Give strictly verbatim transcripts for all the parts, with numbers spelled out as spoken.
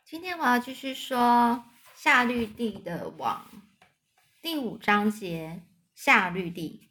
今天我要继续说夏绿蒂的网第五章节夏绿蒂。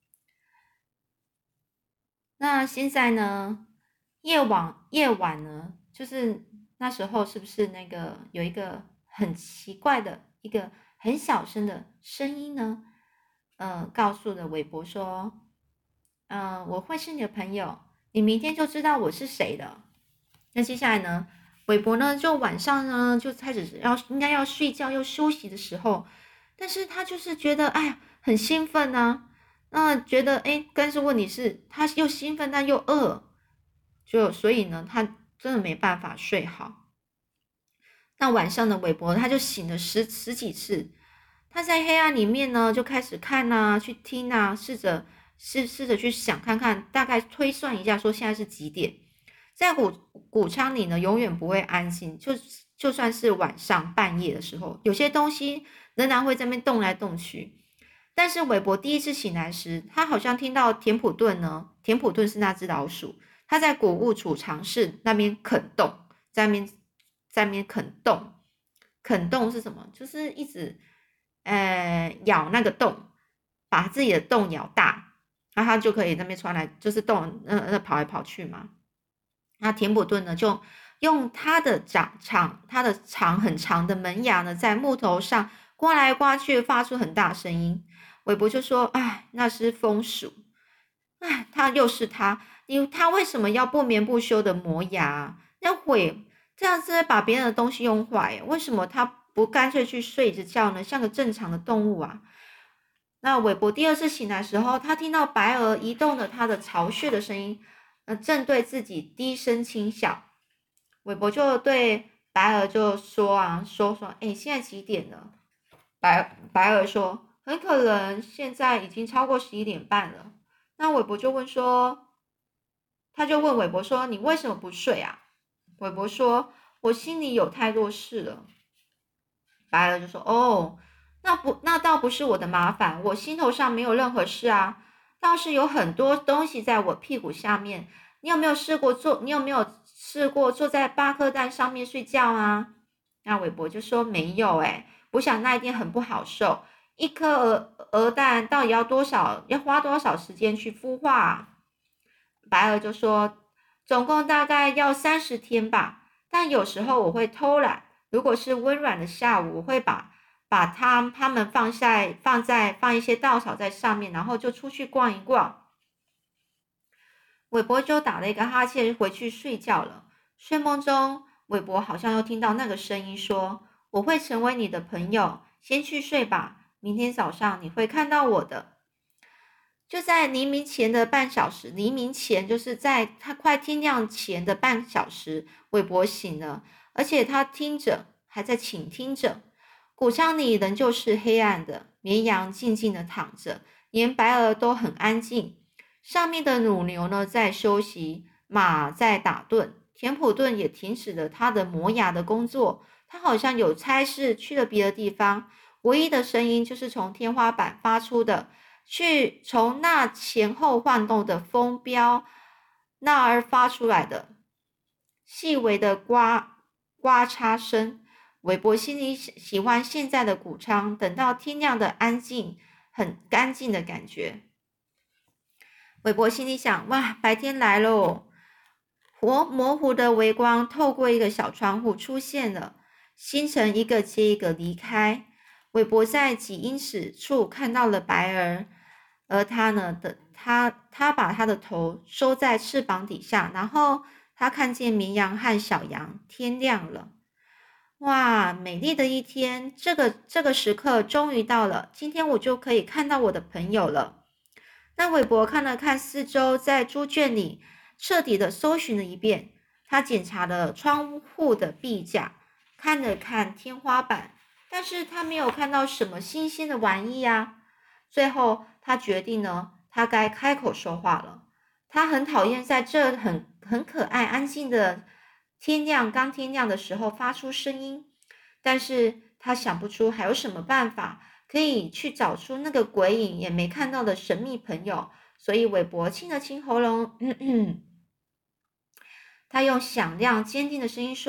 那现在呢，夜晚夜晚呢，就是那时候是不是那个有一个很奇怪的一个很小声的声音呢？呃，告诉了韦伯说，嗯、呃，我会是你的朋友，你明天就知道我是谁了。那接下来呢，韦伯呢就晚上呢就开始要应该要睡觉要休息的时候，但是他就是觉得哎呀很兴奋啊，那觉得哎，但是问题是他又兴奋但又饿，就所以呢他真的没办法睡好。那晚上的韦伯他就醒了十十几次，他在黑暗里面呢就开始看啊，去听啊，试着试试着去想看看，大概推算一下说现在是几点。在谷谷仓里呢，永远不会安静，就就算是晚上半夜的时候，有些东西仍然会在那边动来动去。但是韦伯第一次醒来时，他好像听到田普顿呢，田普顿是那只老鼠，他在谷物储藏室那边啃洞，在那边在那边啃洞，啃洞是什么？就是一直呃咬那个洞，把自己的洞咬大，那他就可以那边穿来，就是洞呃呃跑来跑去嘛。那田普顿呢，就用他的长长他的长很长的门牙呢，在木头上刮来刮去，发出很大声音。韦伯就说：“哎，那是风鼠。哎，他又是他，你他为什么要不眠不休的磨牙？要毁这样子把别人的东西用坏，为什么他不干脆去睡着觉呢？像个正常的动物啊！”那韦伯第二次醒来的时候，他听到白鹅移动的他的巢穴的声音，呃，正对自己低声轻笑。韦伯就对白鹅就说啊，说说，哎，现在几点了？白白鹅说，很可能现在已经超过十一点半了。那韦伯就问说，他就问韦伯说，你为什么不睡啊？韦伯说，我心里有太多事了。白鹅就说，哦，那不，那倒不是我的麻烦，我心头上没有任何事啊，倒是有很多东西在我屁股下面。你有没有试过坐？你有没有试过坐在巴克蛋上面睡觉啊？那韦伯就说没有诶、欸，我想那一定很不好受。一颗鹅鹅蛋到底要多少？要花多少时间去孵化啊？白鹅就说，总共大概要三十天吧。但有时候我会偷懒，如果是温软的下午，我会把把它它们放在放在放一些稻草在上面，然后就出去逛一逛。韦伯就打了一个哈欠，回去睡觉了。睡梦中，韦伯好像又听到那个声音说：“我会成为你的朋友，先去睡吧，明天早上你会看到我的。”就在黎明前的半小时，黎明前就是在他快天亮前的半小时，韦伯醒了，而且他听着，还在倾听着。谷仓里仍旧是黑暗的，绵羊静静的躺着，连白鹅都很安静。上面的乳牛呢在休息，马在打盹，田普顿也停止了他的磨牙的工作，他好像有差事去了别的地方。唯一的声音就是从天花板发出的。去从那前后晃动的风标那儿发出来的细微的刮刮擦声。韦伯心里喜欢现在的谷仓，等到天亮的安静，很干净的感觉。韦伯心里想：哇，白天来喽！活模糊的微光透过一个小窗户出现了，星辰一个接一个离开。韦伯在几英尺处看到了白儿，而他呢的他他把他的头收在翅膀底下，然后他看见绵羊和小羊。天亮了，哇，美丽的一天！这个这个时刻终于到了，今天我就可以看到我的朋友了。那韦伯看了看四周，在猪圈里彻底的搜寻了一遍。他检查了窗户的壁架，看了看天花板，但是他没有看到什么新鲜的玩意啊。最后，他决定呢，他该开口说话了。他很讨厌在这很很可爱、安静的天亮刚天亮的时候发出声音，但是他想不出还有什么办法可以去找出那个鬼影也没看到的神秘朋友，所以韦伯清了清喉咙，嗯嗯，他用响亮坚定的声音说：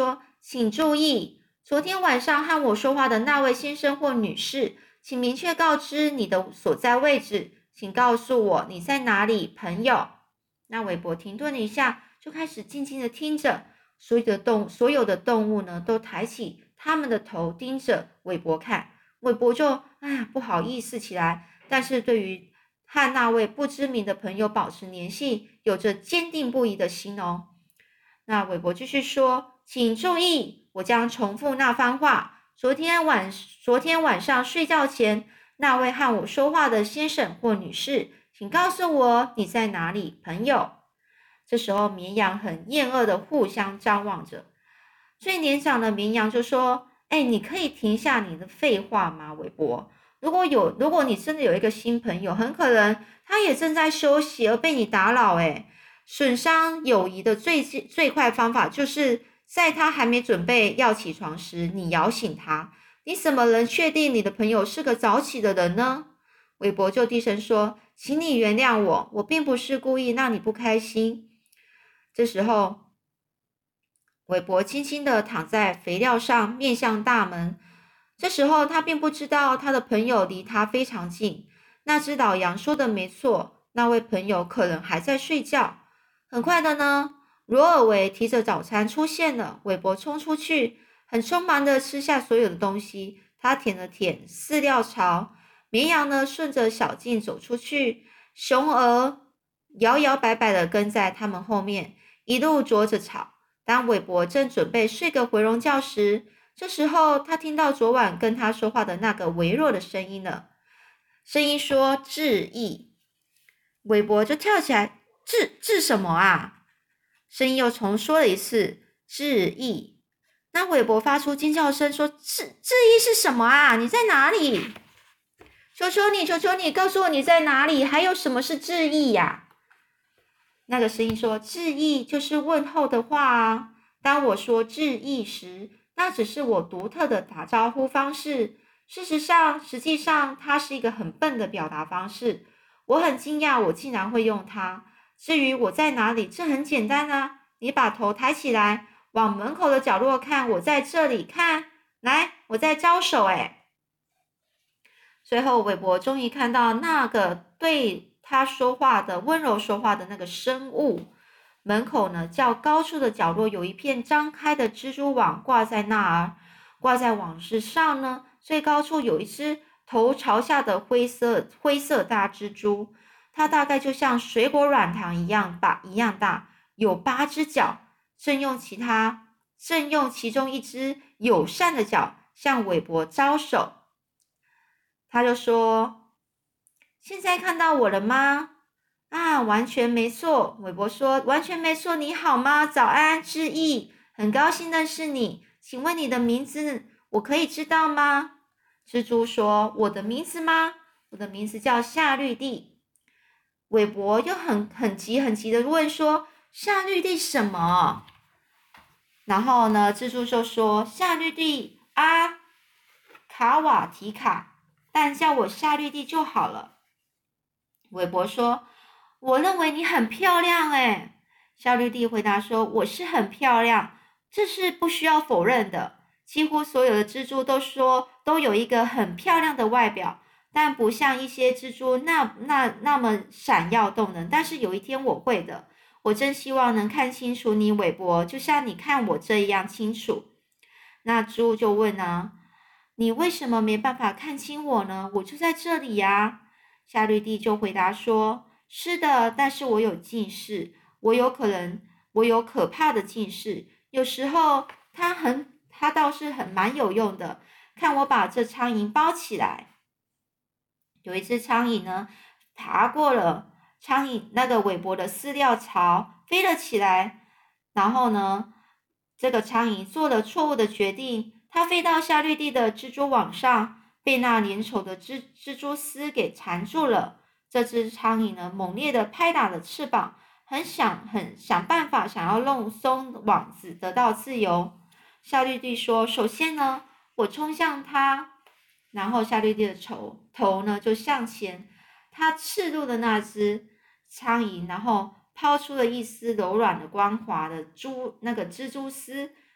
请注意，昨天晚上和我说话的那位先生或女士，请明确告知你的所在位置，请告诉我你在哪里，朋友。”那韦伯停顿了一下，就开始静静的听着。所有的动所有的动物呢，都抬起他们的头盯着韦伯看。韦伯就哎呀不好意思起来，但是对于和那位不知名的朋友保持联系，有着坚定不移的心哦。那韦伯继续说：“请注意，我将重复那番话。昨天晚昨天晚上睡觉前，那位和我说话的先生或女士，请告诉我你在哪里，朋友。”这时候，绵羊很厌恶的互相张望着。最年长的绵羊就说：“哎，你可以停下你的废话吗，韦伯？如果有，如果你真的有一个新朋友，很可能他也正在休息而被你打扰。哎，损伤友谊的最最快方法，就是在他还没准备要起床时，你摇醒他。你怎么能确定你的朋友是个早起的人呢？”韦伯就低声说：“请你原谅我，我并不是故意让你不开心。”这时候，韦伯轻轻地躺在肥料上，面向大门。这时候，他并不知道他的朋友离他非常近。那只老羊说的没错，那位朋友可能还在睡觉。很快的呢，罗尔维提着早餐出现了。韦伯冲出去，很匆忙的吃下所有的东西。他舔了舔饲料槽，绵羊呢顺着小径走出去，熊儿摇摇摆摆的跟在他们后面。一路啄着草。当韦伯正准备睡个回笼觉时，这时候他听到昨晚跟他说话的那个微弱的声音了。声音说：“致意。”韦伯就跳起来：“致致什么啊？”声音又重说了一次：“致意。”那韦伯发出惊叫声说：“致致意是什么啊？你在哪里？求求你，求求你，告诉我你在哪里？还有什么是致意呀？”那个声音说：“致意就是问候的话啊。当我说致意时，那只是我独特的打招呼方式。事实上，实际上，它是一个很笨的表达方式。我很惊讶，我竟然会用它。至于我在哪里，这很简单啊。你把头抬起来，往门口的角落看，我在这里。看，来，我在招手。哎。”最后，韦伯终于看到那个对他说话的温柔说话的那个生物。门口呢，较高处的角落有一片张开的蜘蛛网挂在那儿，挂在网之上呢，最高处有一只头朝下的灰色灰色大蜘蛛，它大概就像水果软糖一样大一样大，有八只脚，正用其他正用其中一只友善的脚向韦伯招手。他就说：“现在看到我了吗？”“啊，完全没错。”韦伯说，“完全没错。你好吗？早安，致意。很高兴认识你。请问你的名字，我可以知道吗？”蜘蛛说：“我的名字吗？我的名字叫夏绿蒂。”韦伯又很很急很急的问说：“夏绿蒂什么？”然后呢，蜘蛛就说：“夏绿蒂啊，卡瓦提卡。但叫我夏绿蒂就好了。”韦伯说：“我认为你很漂亮。”诶，夏绿蒂回答说：“我是很漂亮，这是不需要否认的。几乎所有的蜘蛛都说都有一个很漂亮的外表，但不像一些蜘蛛那那那么闪耀动人。但是有一天我会的，我真希望能看清楚你，韦伯，就像你看我这样清楚。”那猪就问呢：“你为什么没办法看清我呢？我就在这里呀。”夏绿蒂就回答说：“是的，但是我有近视，我有可能，我有可怕的近视。有时候它很，它倒是很蛮有用的。看我把这苍蝇包起来。”有一只苍蝇呢，爬过了苍蝇那个韦伯的饲料槽，飞了起来。然后呢，这个苍蝇做了错误的决定，它飞到夏绿蒂的蜘蛛网上，被那粘稠的蜘蜘蛛丝给缠住了。这只苍蝇呢，猛烈的拍打着翅膀，很想很想办法想要弄松网子，得到自由。夏绿蒂说：“首先呢，我冲向它。”然后夏绿蒂的头头呢就向前，它刺入了那只苍蝇，然后抛出了一丝柔软的光滑的蛛那个蜘蛛丝，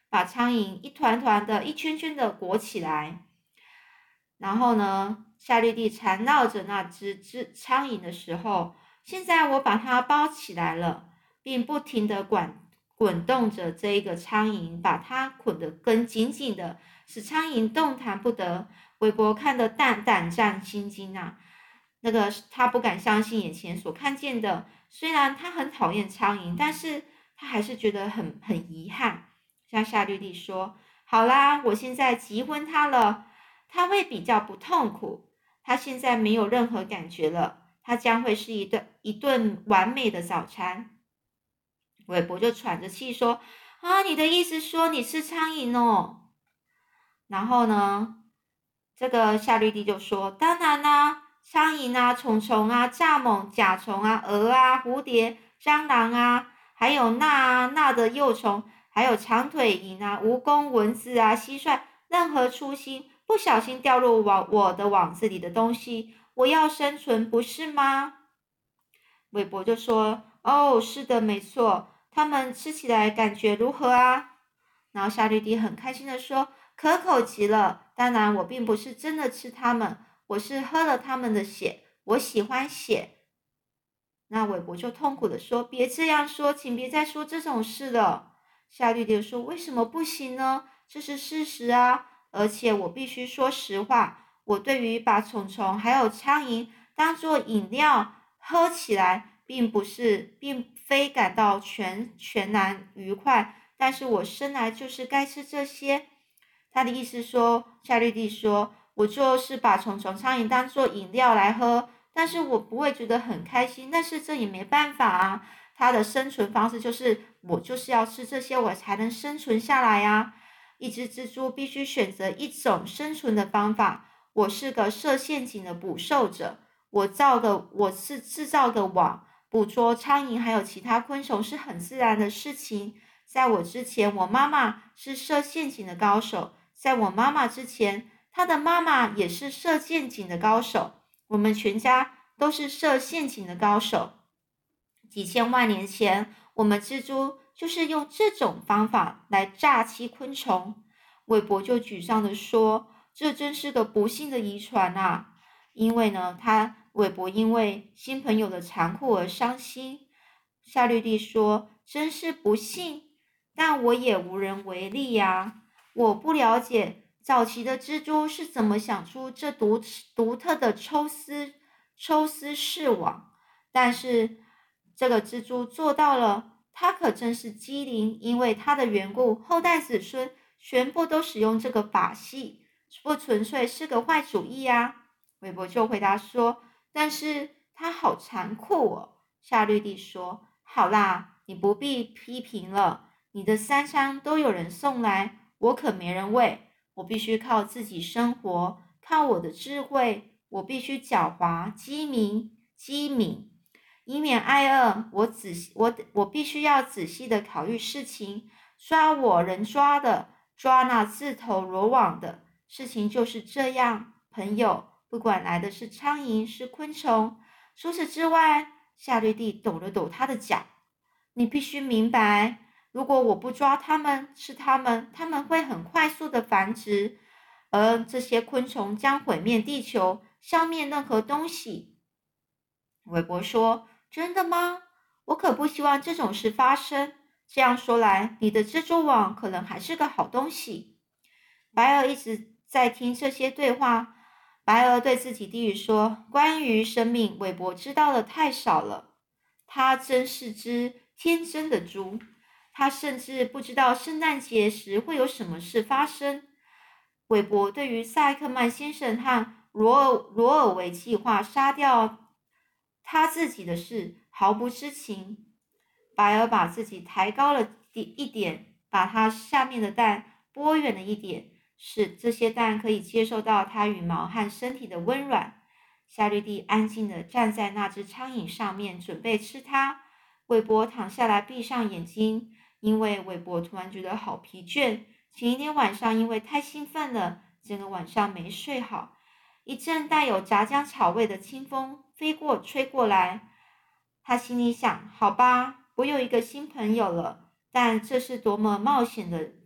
把苍蝇一团团的、一圈圈的裹起来。然后呢，夏绿蒂缠绕着那只只苍蝇的时候，现在我把它包起来了，并不停地滚滚动着这一个苍蝇，把它捆得更紧紧的，使苍蝇动弹不得。韦伯看得胆胆战心惊啊，那个他不敢相信眼前所看见的。虽然他很讨厌苍蝇，但是他还是觉得很很遗憾。向夏绿蒂说：“好啦，我现在急昏他了。”他会比较不痛苦，他现在没有任何感觉了，他将会是一顿一顿完美的早餐。韦伯就喘着气说：“啊，你的意思说你吃苍蝇哦？”然后呢，这个夏绿蒂就说：“当然啦，苍蝇啊、虫虫啊、蚱蜢、甲虫啊、蛾啊、蝴蝶、蟑螂啊，还有那啊那的幼虫，还有长腿蝇啊、蜈蚣、蚊子啊、蟋蟀，任何粗心不小心掉入网我的网子里的东西，我要生存，不是吗？”韦伯就说：“哦，是的，没错。它们吃起来感觉如何啊？”然后夏绿蒂很开心的说：“可口极了。当然，我并不是真的吃它们，我是喝了它们的血。我喜欢血。”那韦伯就痛苦的说：“别这样说，请别再说这种事了。”夏绿蒂说：“为什么不行呢？这是事实啊！而且我必须说实话，我对于把虫虫还有苍蝇当做饮料喝起来，并不是，并非感到全全然愉快。但是我生来就是该吃这些。”他的意思说，夏绿蒂说：“我就是把虫虫、苍蝇当做饮料来喝。”但是我不会觉得很开心，但是这也没办法啊。它的生存方式就是我就是要吃这些，我才能生存下来呀。一只蜘蛛必须选择一种生存的方法。我是个设陷阱的捕兽者，我造个我是制造个网，捕捉苍蝇还有其他昆虫是很自然的事情。在我之前，我妈妈是设陷阱的高手，在我妈妈之前，她的妈妈也是设陷阱的高手。我们全家都是设陷阱的高手。几千万年前，我们蜘蛛就是用这种方法来诈欺昆虫。韦伯就沮丧地说：“这真是个不幸的遗传啊！”因为呢，他韦伯因为新朋友的残酷而伤心。夏绿蒂说：“真是不幸，但我也无能为力呀。我不了解。”早期的蜘蛛是怎么想出这独独特的抽丝抽丝式网？但是这个蜘蛛做到了，它可真是机灵，因为它的缘故，后代子孙全部都使用这个法系，不纯粹是个坏主意啊。韦伯就回答说：“但是它好残酷哦。”夏绿蒂说：“好啦，你不必批评了，你的三餐都有人送来，我可没人喂。我必须靠自己生活，靠我的智慧。我必须狡猾、机敏、机敏，以免挨饿。我仔细，我我必须要仔细的考虑事情。抓我能抓的，抓那自投罗网的。事情就是这样，朋友。不管来的是苍蝇，是昆虫。除此之外，夏绿蒂抖了抖他的脚。你必须明白。如果我不抓它们，吃它们，它们会很快速的繁殖，而这些昆虫将毁灭地球，消灭任何东西。韦伯说：“真的吗？我可不希望这种事发生。这样说来，你的蜘蛛网可能还是个好东西。”白鹅一直在听这些对话。白鹅对自己低语说：“关于生命，韦伯知道的太少了。他真是只天真的猪。他甚至不知道圣诞节时会有什么事发生。”韦伯对于塞克曼先生和罗尔罗尔维计划杀掉他自己的事毫不知情。白鹅把自己抬高了一点，把它下面的蛋拨远了一点，使这些蛋可以接受到它羽毛和身体的温暖。夏绿蒂安静地站在那只苍蝇上面，准备吃它。韦伯躺下来，闭上眼睛，因为韦伯突然觉得好疲倦。前一天晚上因为太兴奋了，整个晚上没睡好。一阵带有炸姜草味的清风飞过吹过来，他心里想：好吧，我有一个新朋友了，但这是多么冒险的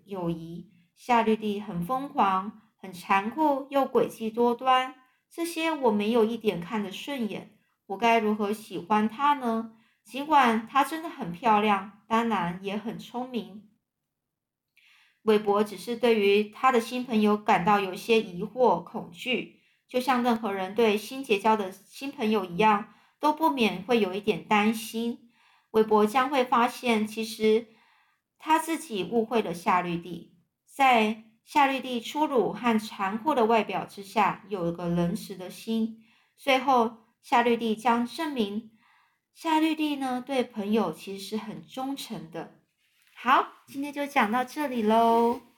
友谊。夏绿蒂很疯狂，很残酷，又诡计多端，这些我没有一点看得顺眼。我该如何喜欢她呢？尽管她真的很漂亮，当然也很聪明。韦伯只是对于他的新朋友感到有些疑惑、恐惧，就像任何人对新结交的新朋友一样，都不免会有一点担心。韦伯将会发现，其实他自己误会了夏绿蒂，在夏绿蒂粗鲁和残酷的外表之下，有一个仁慈的心。最后，夏绿蒂将证明，夏绿蒂呢对朋友其实是很忠诚的。好，今天就讲到这里喽。